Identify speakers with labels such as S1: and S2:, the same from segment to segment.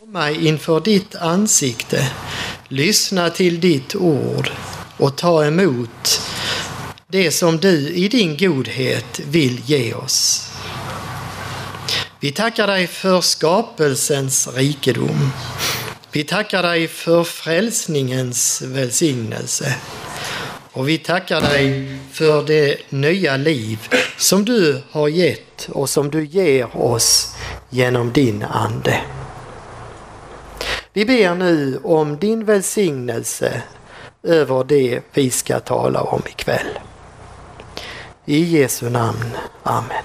S1: komma inför ditt ansikte, lyssna till ditt ord och ta emot det som du i din godhet vill ge oss. Vi tackar dig för skapelsens rikedom. Vi tackar dig för frälsningens välsignelse. Och vi tackar dig för det nya liv som du har gett och som du ger oss genom din ande. Vi ber nu om din välsignelse över det vi ska tala om ikväll. I Jesu namn. Amen.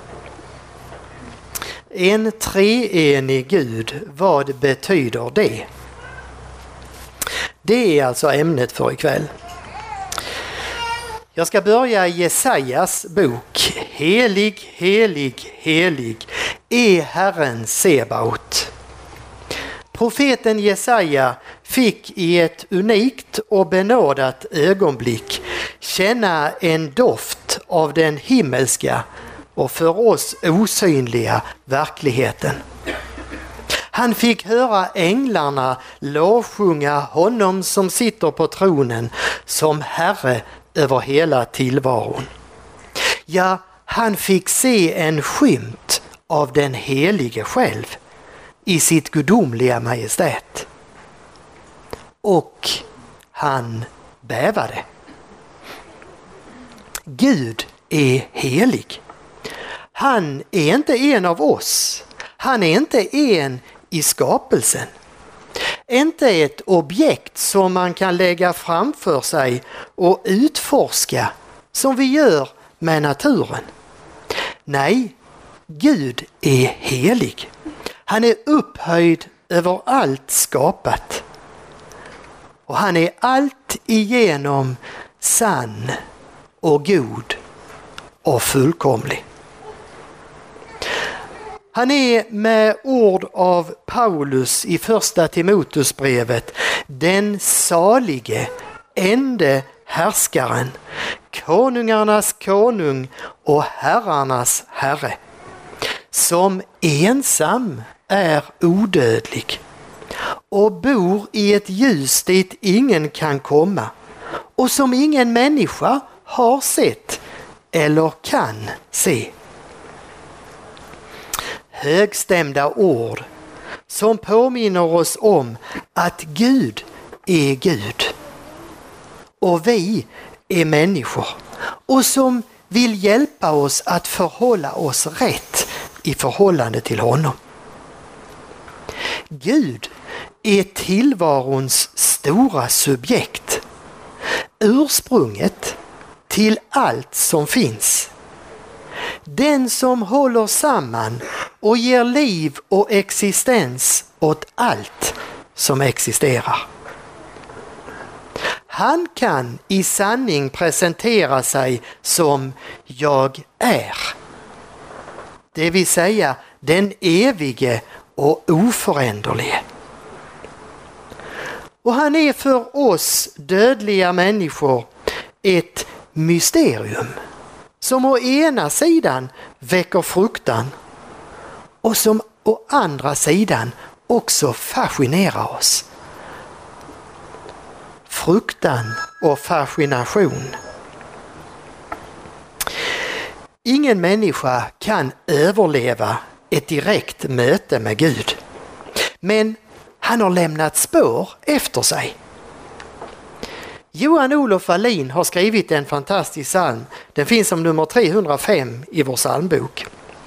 S1: En treenig Gud, vad betyder det? Det är alltså ämnet för ikväll. Jag ska börja i Jesajas bok. Helig, helig, helig är Herren Sebaot. Profeten Jesaja fick i ett unikt och benådat ögonblick känna en doft av den himmelska och för oss osynliga verkligheten. Han fick höra änglarna lovsjunga honom som sitter på tronen som Herre över hela tillvaron. Ja, han fick se en skymt av den helige själv i sitt gudomliga majestät. Och han bävade. Gud är helig. Han är inte en av oss. Han är inte en i skapelsen. Inte ett objekt som man kan lägga framför sig och utforska som vi gör med naturen. Nej, Gud är helig. Han är upphöjd över allt skapat. Och han är allt igenom sann och god och fullkomlig. Han är med ord av Paulus i första Timoteusbrevet den salige, ende härskaren, konungarnas konung och herrarnas herre, som ensam är odödlig och bor i ett ljus dit ingen kan komma och som ingen människa har sett eller kan se. Högstämda ord som påminner oss om att Gud är Gud och vi är människor och som vill hjälpa oss att förhålla oss rätt i förhållande till honom. Gud är tillvarons stora subjekt, ursprunget till allt som finns. Den som håller samman och ger liv och existens åt allt som existerar. Han kan i sanning presentera sig som jag är. Det vill säga den evige och oföränderlige. Och han är för oss dödliga människor ett mysterium som å ena sidan väcker fruktan och som å andra sidan också fascinerar oss. Fruktan och fascination. Ingen människa kan överleva ett direkt möte med Gud. Men han har lämnat spår efter sig. Johan Olof Wallin har skrivit en fantastisk psalm. Den finns som nummer 305 i vår psalmbok.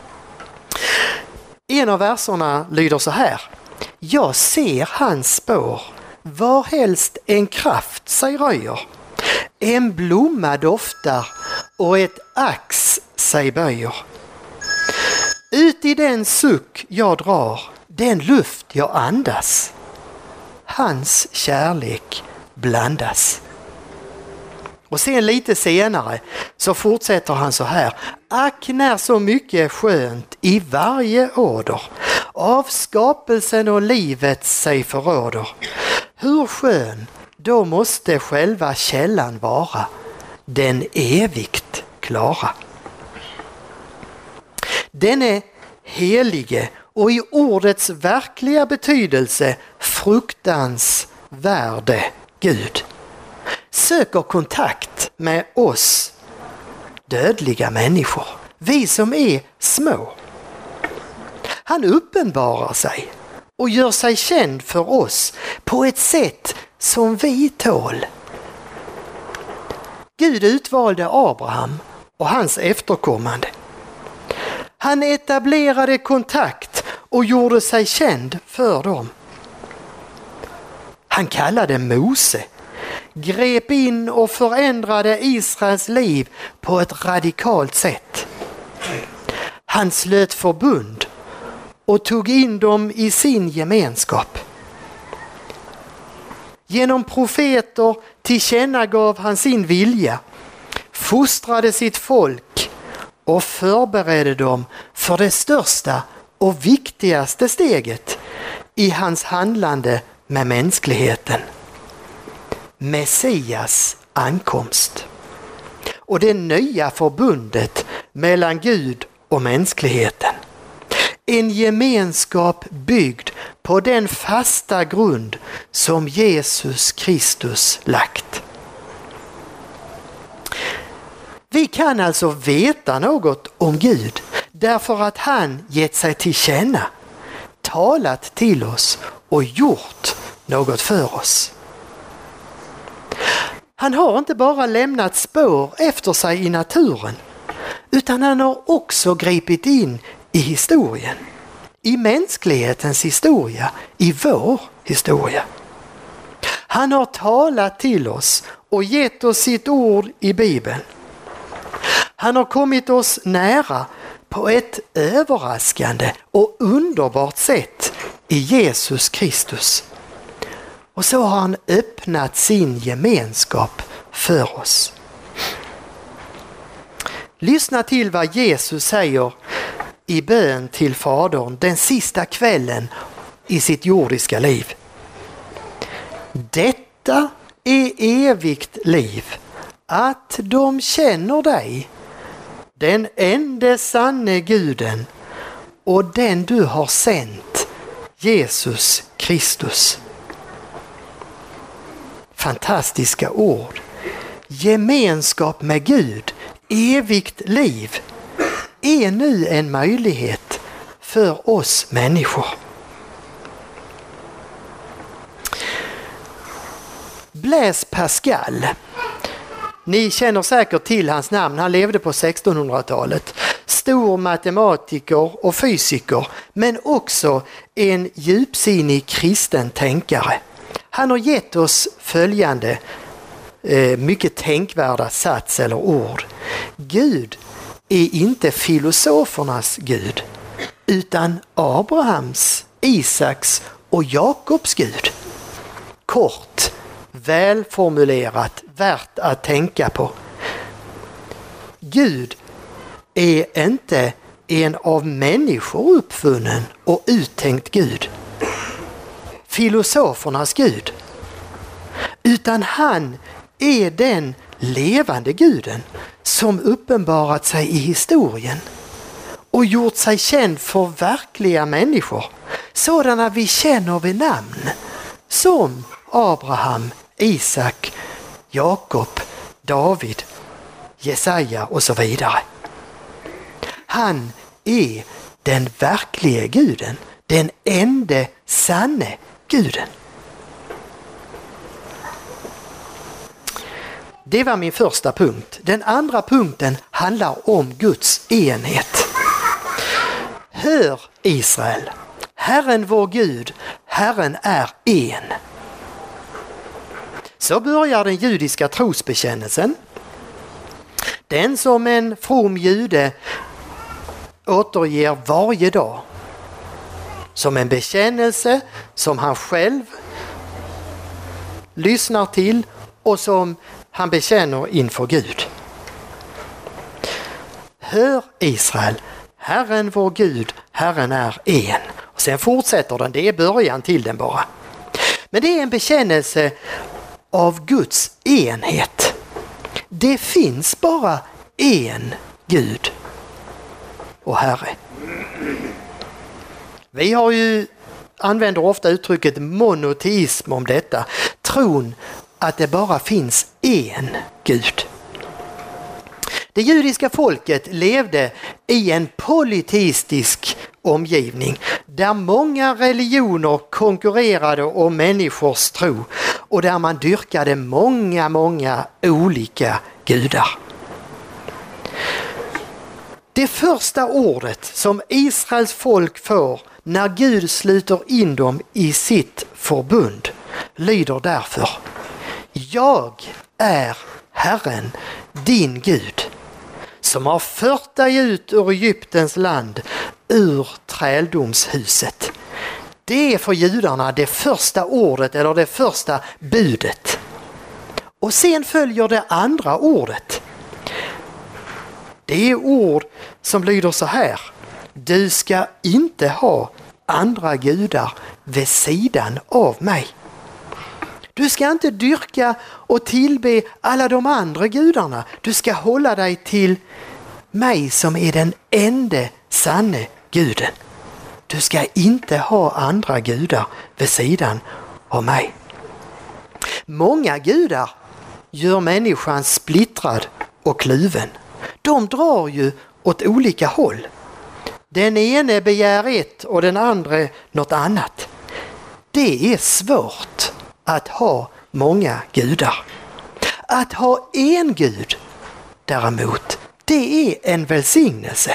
S1: En av verserna lyder så här: jag ser hans spår, varhelst en kraft sig röjer. En blomma doftar och ett ax sig böjer. Ut i den suck jag drar, den luft jag andas, hans kärlek blandas. Och sen lite senare så fortsätter han så här: ack när så mycket skönt i varje åder av skapelsen och livet sig förråder. Hur skön då måste själva källan vara, den evigt klara. Den är helige och i ordets verkliga betydelse fruktansvärde Gud söker kontakt med oss dödliga människor, vi som är små. Han uppenbarar sig och gör sig känd för oss på ett sätt som vi tål. Gud utvalde Abraham och hans efterkommande. Han etablerade kontakt och gjorde sig känd för dem. Han kallade Mose, grep in och förändrade Israels liv på ett radikalt sätt. Han slöt förbund och tog in dem i sin gemenskap. Genom profeter tillkännagav han sin vilja, fostrade sitt folk och förberedde dem för det största och viktigaste steget i hans handlande med mänskligheten. Messias ankomst och det nya förbundet mellan Gud och mänskligheten. En gemenskap byggd på den fasta grund som Jesus Kristus lagt. Vi kan alltså veta något om Gud därför att han gett sig till känna, talat till oss och gjort något för oss. Han har inte bara lämnat spår efter sig i naturen, utan han har också gripit in i historien. I mänsklighetens historia, i vår historia. Han har talat till oss och gett oss sitt ord i Bibeln. Han har kommit oss nära på ett överraskande och underbart sätt i Jesus Kristus. Och så har han öppnat sin gemenskap för oss. Lyssna till vad Jesus säger i bön till Fadern den sista kvällen i sitt jordiska liv. Detta är evigt liv, att de känner dig, den enda sanne Guden och den du har sänt, Jesus Kristus. Fantastiska ord. Gemenskap med Gud, evigt liv, är nu en möjlighet för oss människor. Blaise Pascal. Ni känner säkert till hans namn. Han levde på 1600-talet. Stor matematiker och fysiker, men också en djupsinnig kristen tänkare. Han har gett oss följande mycket tänkvärda sats eller ord. Gud är inte filosofernas Gud, utan Abrahams, Isaks och Jakobs Gud. Kort, välformulerat, värt att tänka på. Gud är inte en av människor uppfunnen och uttänkt Gud, filosofernas Gud, utan han är den levande Guden som uppenbarat sig i historien och gjort sig känd för verkliga människor, sådana vi känner vid namn, som Abraham, Isak, Jakob, David, Jesaja och så vidare. Han är den verkliga Guden, den enda sanne Guden. Det var min första punkt. Den andra punkten handlar om Guds enhet. Hör Israel, Herren vår Gud, Herren är en. Så börjar den judiska trosbekännelsen. Den som en from jude återger varje dag. Som en bekännelse som han själv lyssnar till och som han bekänner inför Gud. Hör Israel, Herren vår Gud, Herren är en. Och sen fortsätter den, det är början till den bara. Men det är en bekännelse av Guds enhet. Det finns bara en Gud och Herre. Vi använder ofta uttrycket monoteism om detta. Tron att det bara finns en Gud. Det judiska folket levde i en polyteistisk omgivning där många religioner konkurrerade om människors tro och där man dyrkade många olika gudar. Det första ordet som Israels folk får när Gud sluter in dem i sitt förbund lyder därför: Jag är Herren, din Gud, som har fört dig ut ur Egyptens land, ur träldomshuset. Det är för judarna det första ordet eller det första budet. Och sen följer det andra ordet. Det är ord som lyder så här: Du ska inte ha andra gudar vid sidan av mig. Du ska inte dyrka och tillbe alla de andra gudarna. Du ska hålla dig till mig som är den enda sanne guden. Du ska inte ha andra gudar vid sidan av mig. Många gudar gör människan splittrad och kluven. De drar ju åt olika håll. Den ene begär ett och den andra något annat. Det är svårt att ha många gudar. Att ha en gud däremot, det är en välsignelse.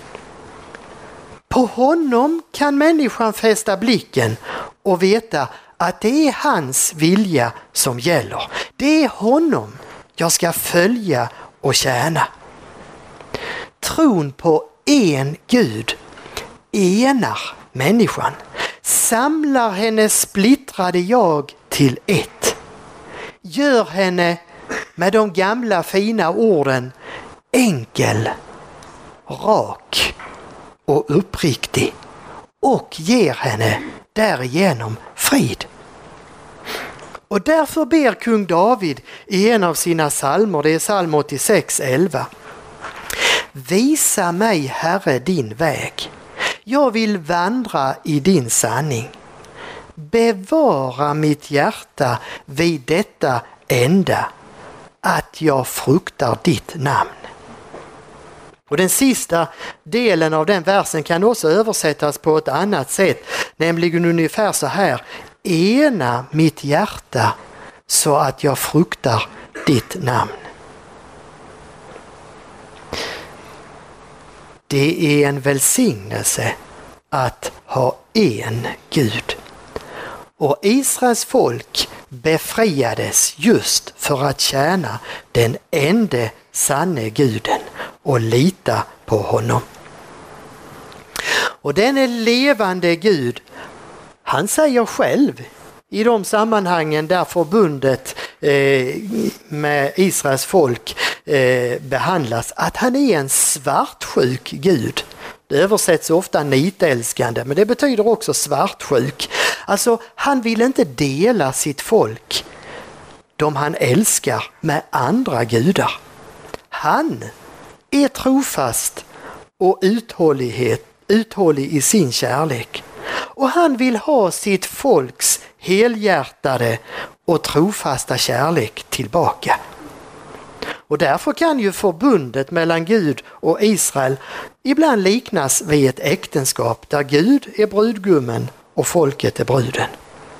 S1: På honom kan människan fästa blicken och veta att det är hans vilja som gäller. Det är honom jag ska följa och tjäna. Tron på en Gud enar människan, samlar henne splittrade jag till ett. Gör henne med de gamla fina orden enkel, rak och uppriktig och ger henne därigenom frid. Och därför ber kung David i en av sina psalmer, det är psalm 86:11. Visa mig, Herre, din väg. Jag vill vandra i din sanning. Bevara mitt hjärta vid detta enda, att jag fruktar ditt namn. Och den sista delen av den versen kan också översättas på ett annat sätt, nämligen ungefär så här: ena mitt hjärta så att jag fruktar ditt namn. Det är en välsignelse att ha en Gud. Och Israels folk befriades just för att tjäna den enda sanne guden och lita på honom. Och den är levande Gud. Han säger själv i de sammanhangen där förbundet med Israels folk behandlas att han är en svartsjuk Gud. Det översätts ofta nitälskande, men det betyder också svartsjuk. Alltså, han vill inte dela sitt folk, de han älskar, med andra gudar. Han är trofast och uthållig i sin kärlek. Och han vill ha sitt folks helhjärtade och trofasta kärlek tillbaka. Och därför kan ju förbundet mellan Gud och Israel ibland liknas vid ett äktenskap där Gud är brudgummen och folket är bruden.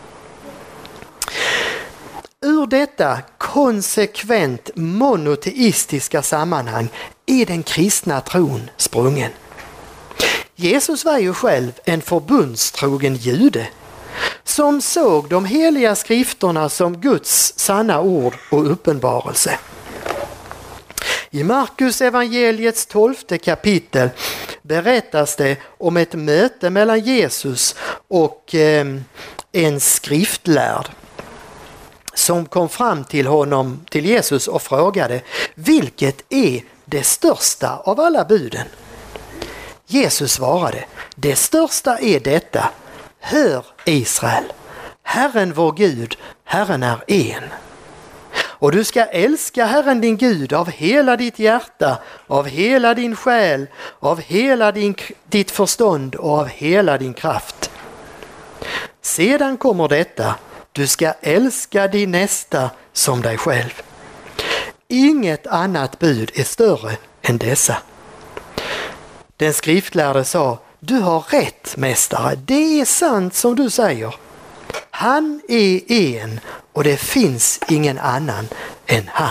S1: Ur detta konsekvent monoteistiska sammanhang är den kristna tron sprungen. Jesus var ju själv en förbundstrogen jude som såg de heliga skrifterna som Guds sanna ord och uppenbarelse. I Markus evangeliets 12:e kapitel berättas det om ett möte mellan Jesus och en skriftlärd som kom fram till Jesus och frågade: vilket är det största av alla buden? Jesus svarade: det största är detta: hör Israel, Herren vår Gud, Herren är en. Och du ska älska Herren din Gud av hela ditt hjärta, av hela din själ, av hela ditt förstånd och av hela din kraft. Sedan kommer detta: du ska älska din nästa som dig själv. Inget annat bud är större än dessa. Den skriftlärde sa: du har rätt, mästare, det är sant som du säger. Han är en och det finns ingen annan än han.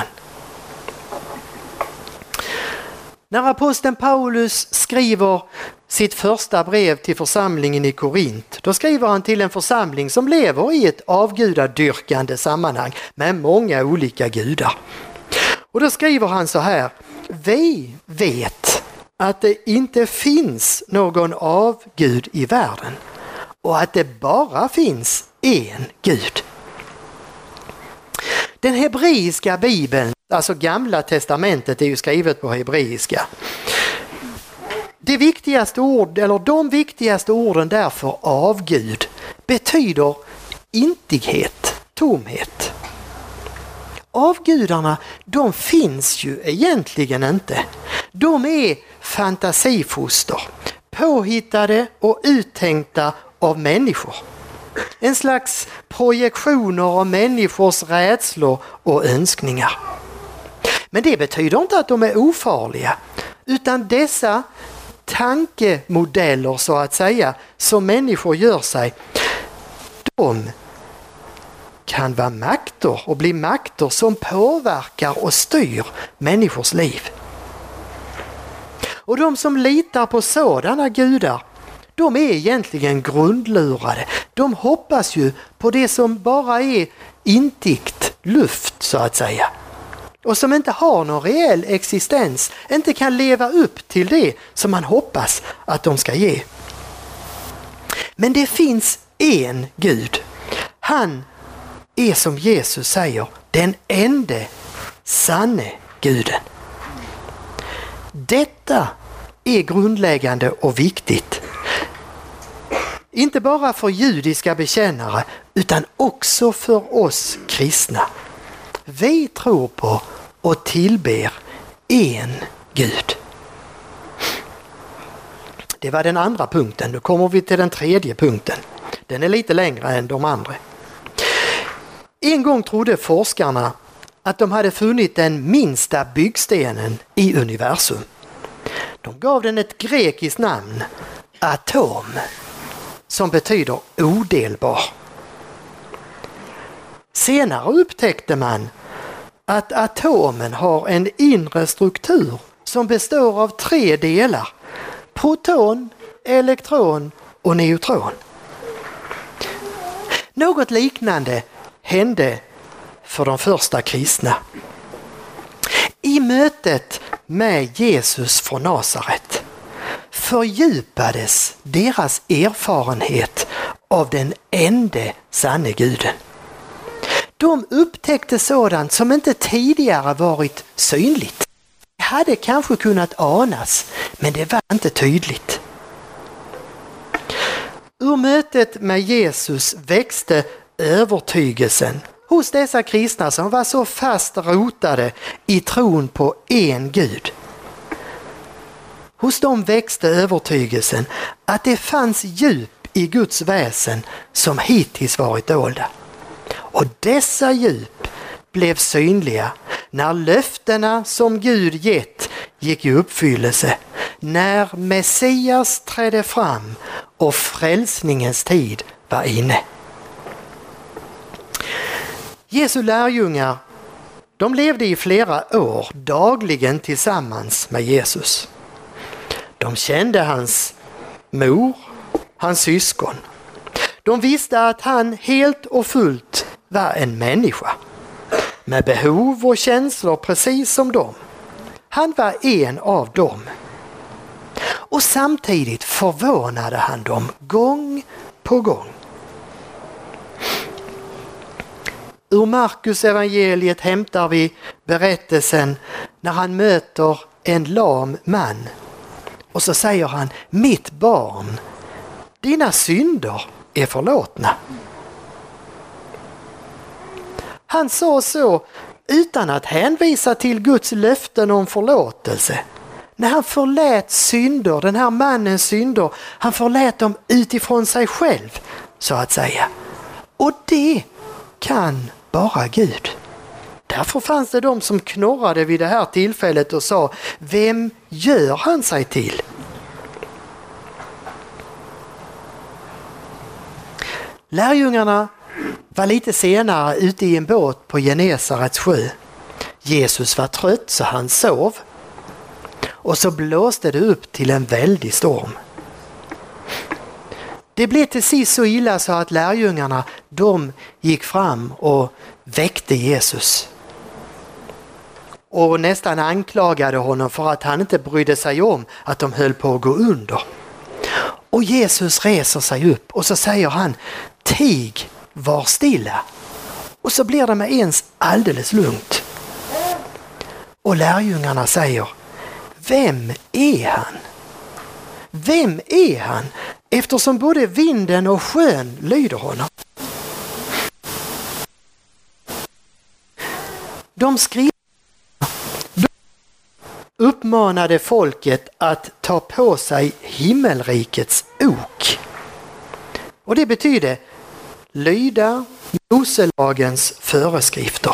S1: När aposteln Paulus skriver sitt första brev till församlingen i Korint, då skriver han till en församling som lever i ett avgudadyrkande sammanhang med många olika gudar. Och då skriver han så här: vi vet att det inte finns någon avgud i världen och att det bara finns en Gud. Den hebreiska bibeln, alltså Gamla testamentet, är ju skrivet på hebreiska. De viktigaste orden därför avgud betyder intighet, tomhet. Avgudarna, de finns ju egentligen inte. De är fantasifoster, påhittade och uttänkta av människor. En slags projektioner av människors rädslor och önskningar. Men det betyder inte att de är ofarliga, utan dessa tankemodeller så att säga som människor gör sig, de kan vara makter och bli makter som påverkar och styr människors liv. Och de som litar på sådana gudar, de är egentligen grundlurade. De hoppas ju på det som bara är intikt luft så att säga. Och som inte har någon reell existens, inte kan leva upp till det som man hoppas att de ska ge. Men det finns en Gud. Han är, som Jesus säger, den ende sanne Guden. Detta är grundläggande och viktigt. Inte bara för judiska bekännare utan också för oss kristna. Vi tror på och tillber en Gud. Det var den andra punkten. Nu kommer vi till den tredje punkten. Den är lite längre än de andra. En gång trodde forskarna att de hade funnit den minsta byggstenen i universum. De gav den ett grekiskt namn, atom, som betyder odelbar. Senare upptäckte man att atomen har en inre struktur som består av 3 delar: proton, elektron och neutron. Något liknande hände för de första kristna. I mötet med Jesus från Nasaret fördjupades deras erfarenhet av den ende sanne Guden. De upptäckte sådant som inte tidigare varit synligt. Det hade kanske kunnat anas, men det var inte tydligt. Ur mötet med Jesus växte övertygelsen hos dessa kristna som var så fast rotade i tron på en Gud. Hos dem växte övertygelsen att det fanns djup i Guds väsen som hittills varit dolda. Och dessa djup blev synliga när löftena som Gud gett gick i uppfyllelse, när Messias trädde fram och frälsningens tid var inne. Jesu lärjungar, de levde i flera år dagligen tillsammans med Jesus. De kände hans mor, hans syskon. De visste att han helt och fullt var en människa med behov och känslor precis som dem. Han var en av dem. Och samtidigt förvånade han dem gång på gång. Ur Markus evangeliet hämtar vi berättelsen när han möter en lam man. Och så säger han: mitt barn, dina synder är förlåtna. Han sa så utan att hänvisa till Guds löften om förlåtelse. När han förlät synder, den här mannens synder, han förlät dem utifrån sig själv, så att säga. Och det kan bara Gud. Därför fanns det de som knorrade vid det här tillfället och sa, vem gör han sig till? Lärjungarna var lite senare ute i en båt på Genesarets sjö. Jesus var trött så han sov. Och så blåste det upp till en väldig storm. Det blev till sist så illa så att lärjungarna, de gick fram och väckte Jesus. Och nästan anklagade honom för att han inte brydde sig om att de höll på att gå under. Och Jesus reser sig upp och så säger han, tig, var stilla. Och så blir det med ens alldeles lugnt. Och lärjungarna säger, vem är han? Vem är han? Eftersom både vinden och sjön lyder honom. De uppmanade folket att ta på sig himmelrikets ok. Och det betyder lyda Moselagens föreskrifter.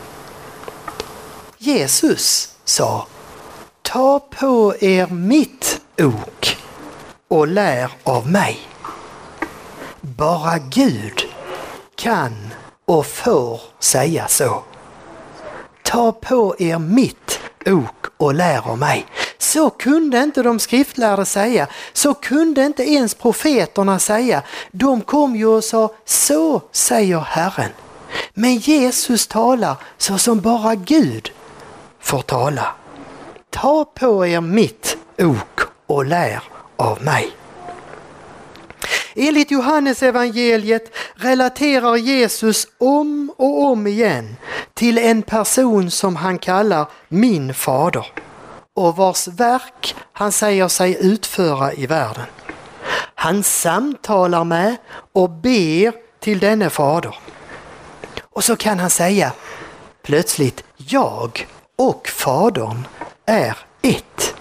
S1: Jesus sa, ta på er mitt ok och lär av mig. Bara Gud kan och får säga så. Ta på er mitt ok och lär av mig. Så kunde inte de skriftlärde säga. Så kunde inte ens profeterna säga. De kom ju och sa, så säger Herren. Men Jesus talar så som bara Gud får tala. Ta på er mitt ok och lär av mig. Enligt Johannes evangeliet relaterar Jesus om och om igen till en person som han kallar min fader och vars verk han säger sig utföra i världen. Han samtalar med och ber till denne fader. Och så kan han säga plötsligt, jag och fadern är ett.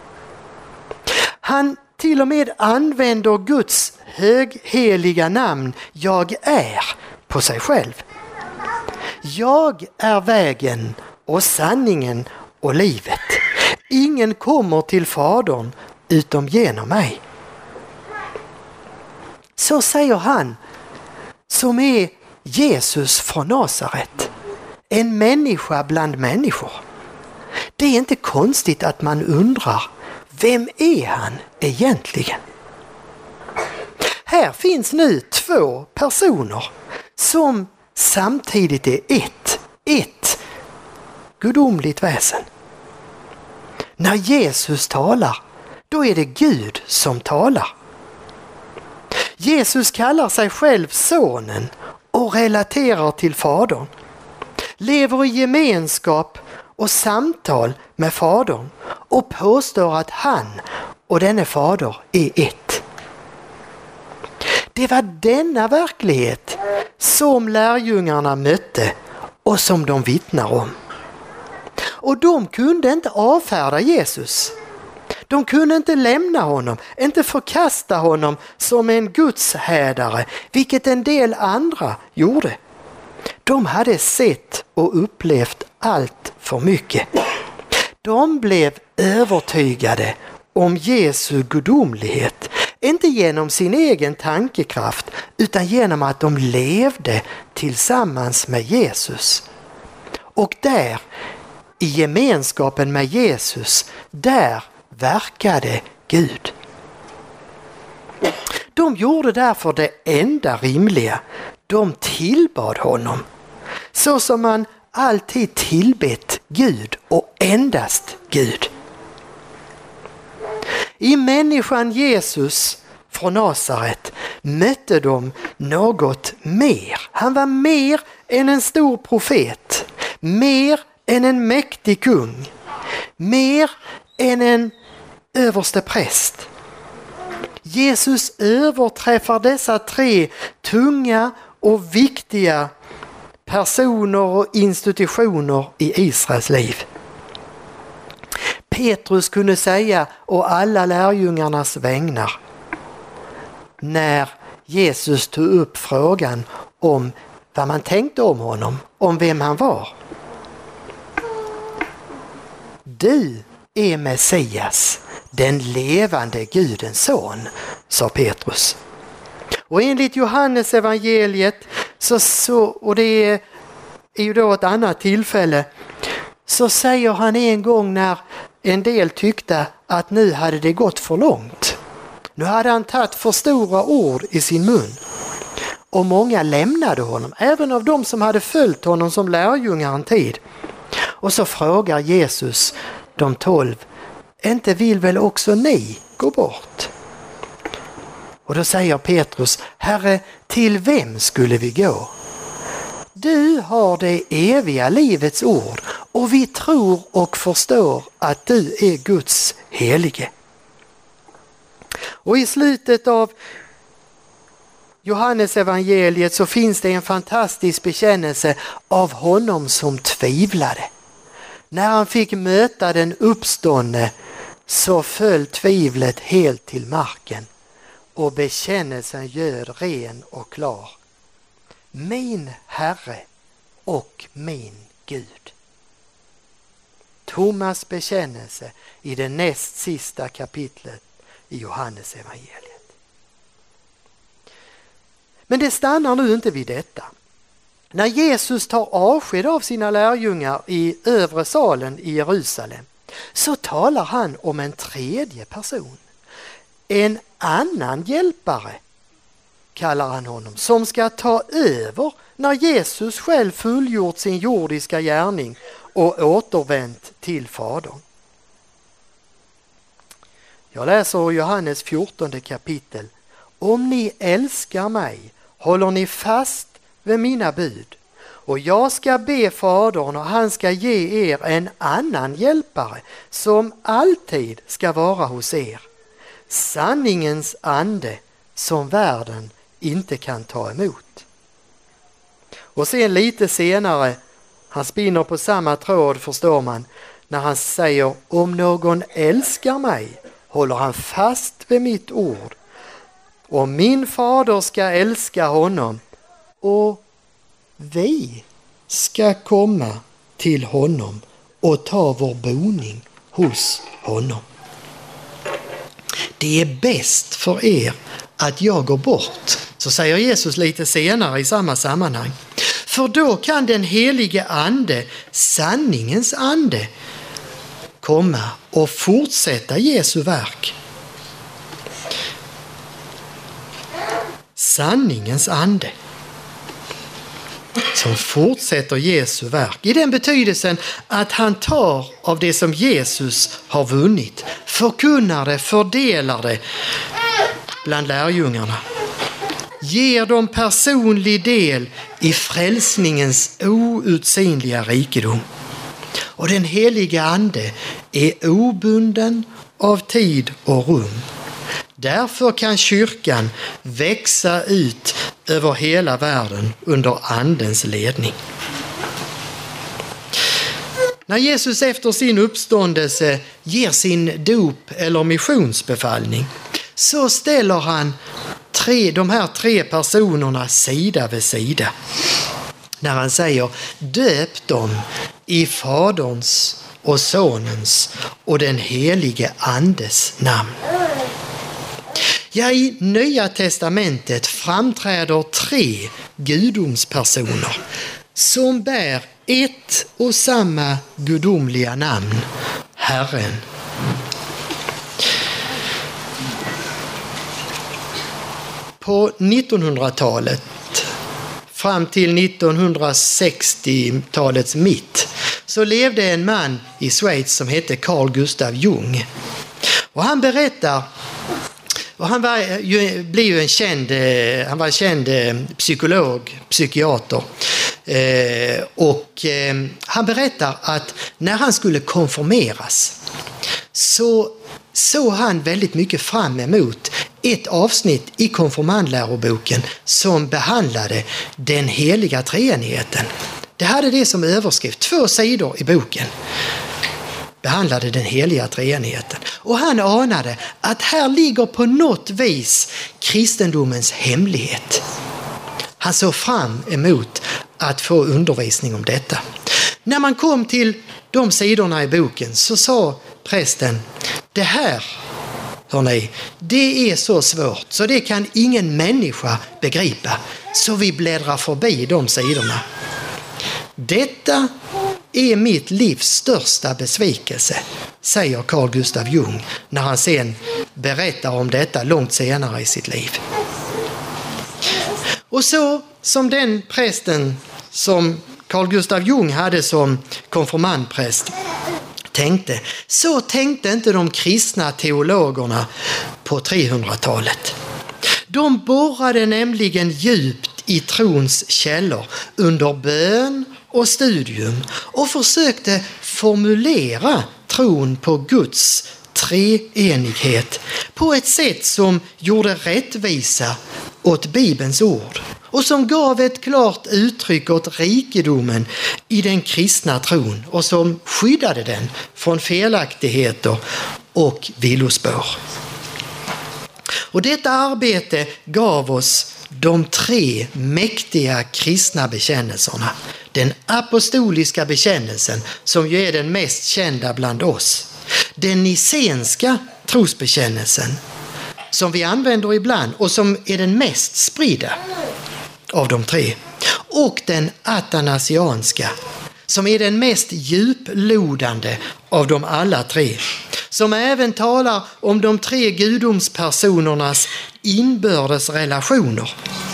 S1: Han till och med använder Guds högheliga namn, jag är, på sig själv. Jag är vägen och sanningen och livet. Ingen kommer till fadern utom genom mig. Så säger han som är Jesus från Nasaret. En människa bland människor. Det är inte konstigt att man undrar, vem är han egentligen? Här finns nu två personer som samtidigt är ett gudomligt väsen. När Jesus talar, då är det Gud som talar. Jesus kallar sig själv sonen och relaterar till fadern. Lever i gemenskap och samtal med fadern och påstår att han och denne fader är ett. Det var denna verklighet som lärjungarna mötte och som de vittnar om. Och de kunde inte avfärda Jesus. De kunde inte lämna honom, inte förkasta honom som en gudshärdare, vilket en del andra gjorde. De hade sett och upplevt allt för mycket. De blev övertygade om Jesu gudomlighet, inte genom sin egen tankekraft utan genom att de levde tillsammans med Jesus. Och där, i gemenskapen med Jesus, där verkade Gud. De gjorde därför det enda rimliga. De tillbad honom, så som man alltid tillbett Gud och endast Gud. I människan Jesus från Nasaret mötte de något mer. Han var mer än en stor profet, mer än en mäktig kung, mer än en överste präst. Jesus överträffar dessa tre tunga och viktiga personer och institutioner i Israels liv. Petrus kunde säga å alla lärjungarnas vägnar när Jesus tog upp frågan om vad man tänkte om honom, om vem han var. Du är Messias, den levande Gudens son, sa Petrus. Och enligt Johannes evangeliet och det är ju då ett annat tillfälle, så säger han en gång när en del tyckte att nu hade det gått för långt. Nu hade han tagit för stora ord i sin mun. Och många lämnade honom, även av de som hade följt honom som lärjungar en tid. Och så frågar Jesus de 12, inte vill väl också ni gå bort? Och då säger Petrus, Herre, till vem skulle vi gå? Du har det eviga livets ord och vi tror och förstår att du är Guds helige. Och i slutet av Johannes evangeliet så finns det en fantastisk bekännelse av honom som tvivlade. När han fick möta den uppståndne så föll tvivlet helt till marken och bekännelsen göd ren och klar. Min Herre och min Gud. Thomas bekännelse i det näst sista kapitlet i Johannes evangeliet. Men det stannar nu inte vid detta. När Jesus tar avsked av sina lärjungar i övre salen i Jerusalem så talar han om en tredje person. En annan hjälpare kallar han honom, som ska ta över när Jesus själv fullgjort sin jordiska gärning och återvänt till Fadern. Jag läser Johannes 14 kapitel. Om ni älskar mig håller ni fast vid mina bud. Och jag ska be Fadern och han ska ge er en annan hjälpare som alltid ska vara hos er. Sanningens ande som världen inte kan ta emot. Och sen lite senare, han spinner på samma tråd förstår man, när han säger om någon älskar mig håller han fast vid mitt ord. Och min fader ska älska honom och vi ska komma till honom och ta vår boning hos honom. Det är bäst för er att jag går bort, så säger Jesus lite senare i samma sammanhang. För då kan den helige ande, sanningens ande, komma och fortsätta Jesu verk. Sanningens ande som fortsätter Jesu verk i den betydelsen att han tar av det som Jesus har vunnit, förkunnar det, fördelar det bland lärjungarna, ger dem personlig del i frälsningens outsinliga rikedom. Och den heliga ande är obunden av tid och rum. Därför kan kyrkan växa ut över hela världen under andens ledning. När Jesus efter sin uppståndelse ger sin dop eller missionsbefallning så ställer han de här tre personerna sida vid sida. När han säger döp dem i Faderns och Sonens och den helige Andes namn. Ja, i Nya testamentet framträder tre gudomspersoner som bär ett och samma gudomliga namn, Herren. På 1900-talet fram till 1960-talets mitt så levde en man i Schweiz som hette Carl Gustav Jung. Och han berättar, och han var en känd psykolog, psykiater. Och han berättar att när han skulle konfirmeras så såg han väldigt mycket fram emot ett avsnitt i konfirmandläroboken som behandlade den heliga treenigheten. Det hade det som överskrift, 2 sidor i boken behandlade den heliga treenigheten. Och han anade att här ligger på något vis kristendomens hemlighet. Han såg fram emot att få undervisning om detta. När man kom till de sidorna i boken så sa prästen, det här, hörni, det är så svårt så det kan ingen människa begripa. Så vi bläddrar förbi de sidorna. Detta är mitt livs största besvikelse, säger Carl Gustav Jung när han sen berättar om detta långt senare i sitt liv. Och så som den prästen som Carl Gustav Jung hade som konfirmandpräst tänkte, så tänkte inte de kristna teologerna på 300-talet. De borrade nämligen djupt i trons källor under bön och studium och försökte formulera tron på Guds treenighet på ett sätt som gjorde rättvisa åt Bibelns ord och som gav ett klart uttryck åt rikedomen i den kristna tron och som skyddade den från felaktigheter och villospår. Och detta arbete gav oss de 3 mäktiga kristna bekännelserna. Den apostoliska bekännelsen, som ju är den mest kända bland oss. Den nicenska trosbekännelsen, som vi använder ibland och som är den mest spridda av de 3. Och den athanasianska, som är den mest djuplodande av de alla 3. Som även talar om de 3 gudomspersonernas inbördes relationer.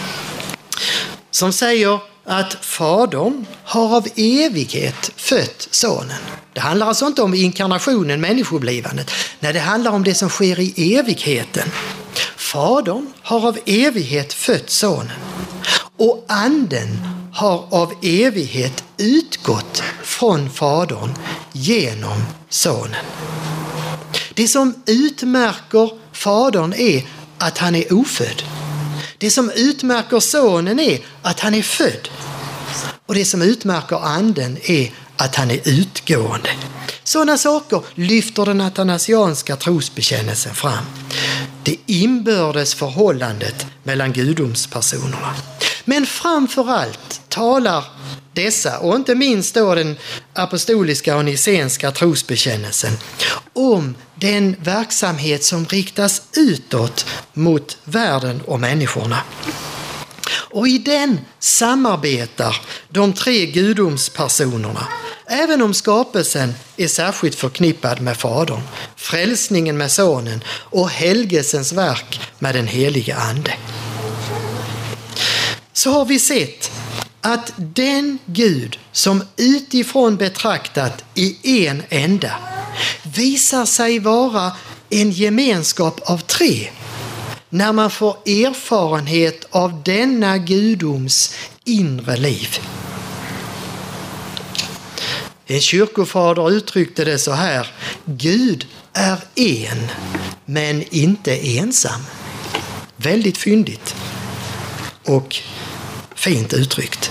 S1: Som säger att Fadern har av evighet fött Sonen. Det handlar alltså inte om inkarnationen, människoblivandet. Nej, det handlar om det som sker i evigheten. Fadern har av evighet fött Sonen. Och Anden har av evighet utgått från Fadern genom Sonen. Det som utmärker Fadern är att han är ofödd. Det som utmärker Sonen är att han är född. Och det som utmärker Anden är att han är utgående. Sådana saker lyfter den athanasianska trosbekännelsen fram. Det inbördes förhållandet mellan gudomspersonerna. Men framförallt talar dessa, och inte minst då den apostoliska och nicenska trosbekännelsen, om den verksamhet som riktas utåt mot världen och människorna. Och i den samarbetar de 3 gudomspersonerna, även om skapelsen är särskilt förknippad med Fadern, frälsningen med Sonen och helgelsens verk med den heliga Ande. Så har vi sett att den Gud som utifrån betraktat i en enda visar sig vara en gemenskap av 3 när man får erfarenhet av denna gudoms inre liv. En kyrkofader uttryckte det så här: Gud är en, men inte ensam. Väldigt fyndigt och fint uttryckt.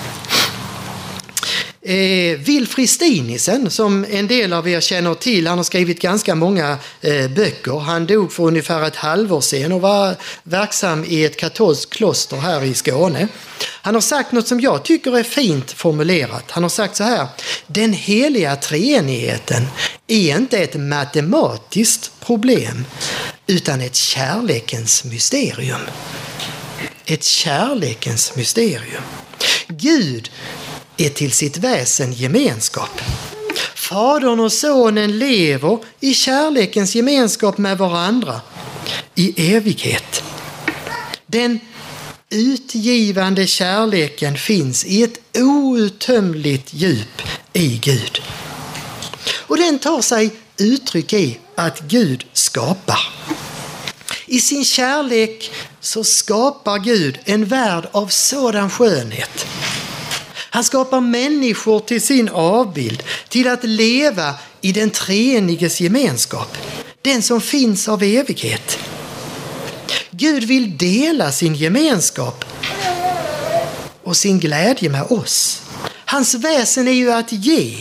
S1: Wilfrid Stinisen, som en del av er känner till, han har skrivit ganska många böcker. Han dog för ungefär ett halvår sedan och var verksam i ett katolskt kloster här i Skåne. Han har sagt något som jag tycker är fint formulerat. Han har sagt så här: den heliga treenigheten är inte ett matematiskt problem utan ett kärlekens mysterium. Ett kärlekens mysterium. Gud är till sitt väsen gemenskap. Fadern och Sonen lever i kärlekens gemenskap med varandra i evighet. Den utgivande kärleken finns i ett outtömligt djup i Gud. Och den tar sig uttryck i att Gud skapar. I sin kärlek så skapar Gud en värld av sådan skönhet. Han skapar människor till sin avbild, till att leva i den treeniges gemenskap, den som finns av evighet. Gud vill dela sin gemenskap och sin glädje med oss. Hans väsen är ju att ge.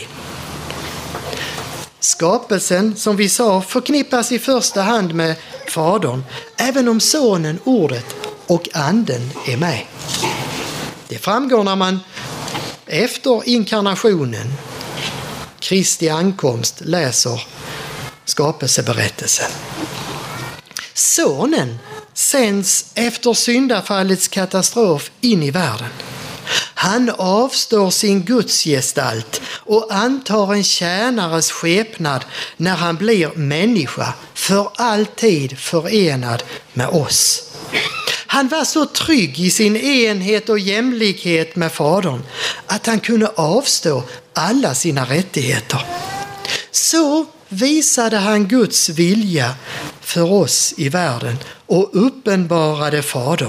S1: Skapelsen, som vi sa, förknippas i första hand med Fadern, även om Sonen, Ordet och Anden är med. Det framgår när man efter inkarnationen, Kristi ankomst, läser skapelseberättelsen. Sonen sänds efter syndafallets katastrof in i världen. Han avstår sin gudsgestalt och antar en tjänares skepnad när han blir människa, för alltid förenad med oss. Han var så trygg i sin enhet och jämlikhet med Fadern att han kunde avstå alla sina rättigheter. Så visade han Guds vilja för oss i världen och uppenbarade Fadern.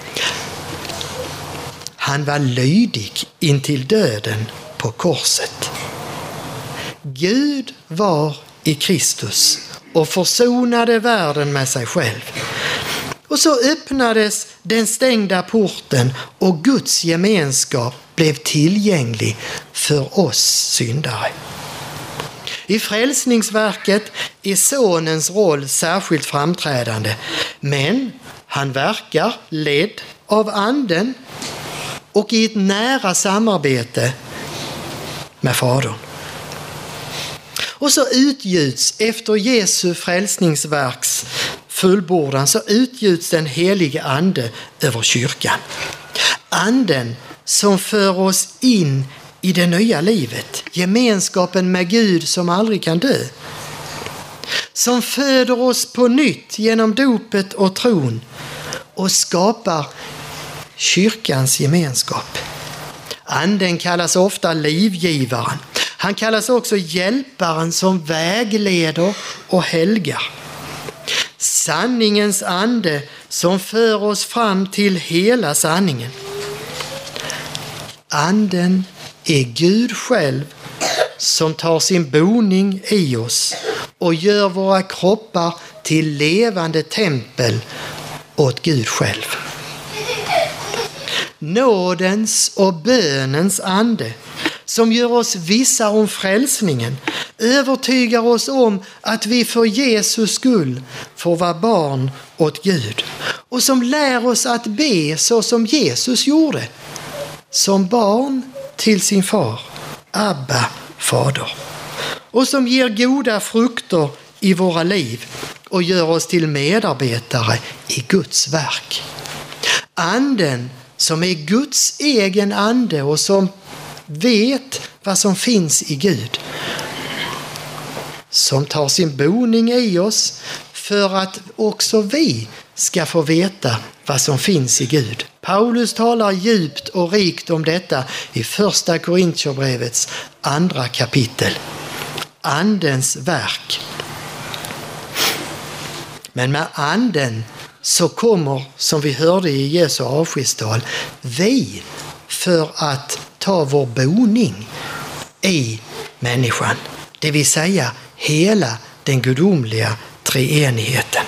S1: Han var lydig intill döden på korset. Gud var i Kristus och försonade världen med sig själv. Och så öppnades den stängda porten och Guds gemenskap blev tillgänglig för oss syndare. I frälsningsverket är Sonens roll särskilt framträdande, men han verkar ledd av Anden och i ett nära samarbete med Fadern. Och så utgjuts efter Jesu frälsningsverks fullbordan, så utgjuts den helige Ande över kyrkan. Anden som för oss in i det nya livet, gemenskapen med Gud som aldrig kan dö. Som föder oss på nytt genom dopet och tron och skapar kyrkans gemenskap. Anden kallas ofta livgivaren. Han kallas också hjälparen som vägleder och helgar. Sanningens ande som för oss fram till hela sanningen. Anden är Gud själv som tar sin boning i oss och gör våra kroppar till levande tempel åt Gud själv. Nådens och bönens ande som gör oss vissa om frälsningen, övertygar oss om att vi för Jesus skull får vara barn åt Gud och som lär oss att be så som Jesus gjorde, som barn till sin far, Abba, Fader, och som ger goda frukter i våra liv och gör oss till medarbetare i Guds verk. Anden som är Guds egen ande och som vet vad som finns i Gud. Som tar sin boning i oss för att också vi ska få veta vad som finns i Gud. Paulus talar djupt och rikt om detta i första Korintierbrevets 2 kapitel. Andens verk. Men med anden så kommer, som vi hörde i Jesu avskedstal, vi för att ta vår boning i människan. Det vill säga hela den gudomliga treenigheten.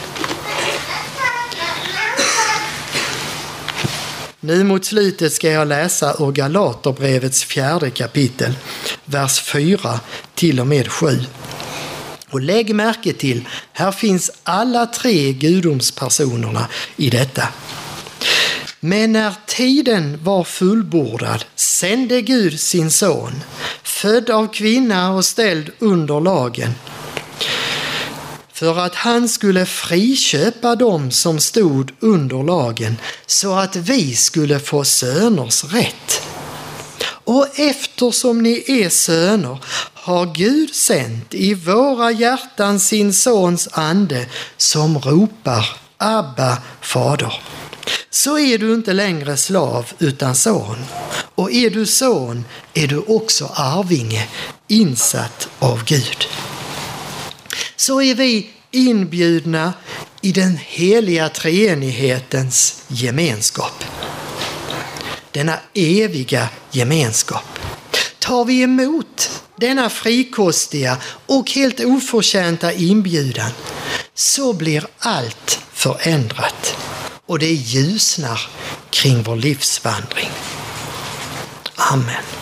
S1: Nu mot slutet ska jag läsa ur Galaterbrevets 4 kapitel, vers 4 till och med 7. Och lägg märke till, här finns alla tre gudomspersonerna i detta. Men när tiden var fullbordad sände Gud sin son, född av kvinna och ställd under lagen, för att han skulle friköpa dem som stod under lagen, så att vi skulle få söners rätt. Och eftersom ni är söner har Gud sänt i våra hjärtan sin sons ande som ropar Abba, Fader. Så är du inte längre slav utan son. Och är du son är du också arvinge, insatt av Gud. Så är vi inbjudna i den heliga treenighetens gemenskap. Denna eviga gemenskap. Tar vi emot denna frikostiga och helt oförtjänta inbjudan så blir allt förändrat. och det ljusnar kring vår livsvandring. Amen.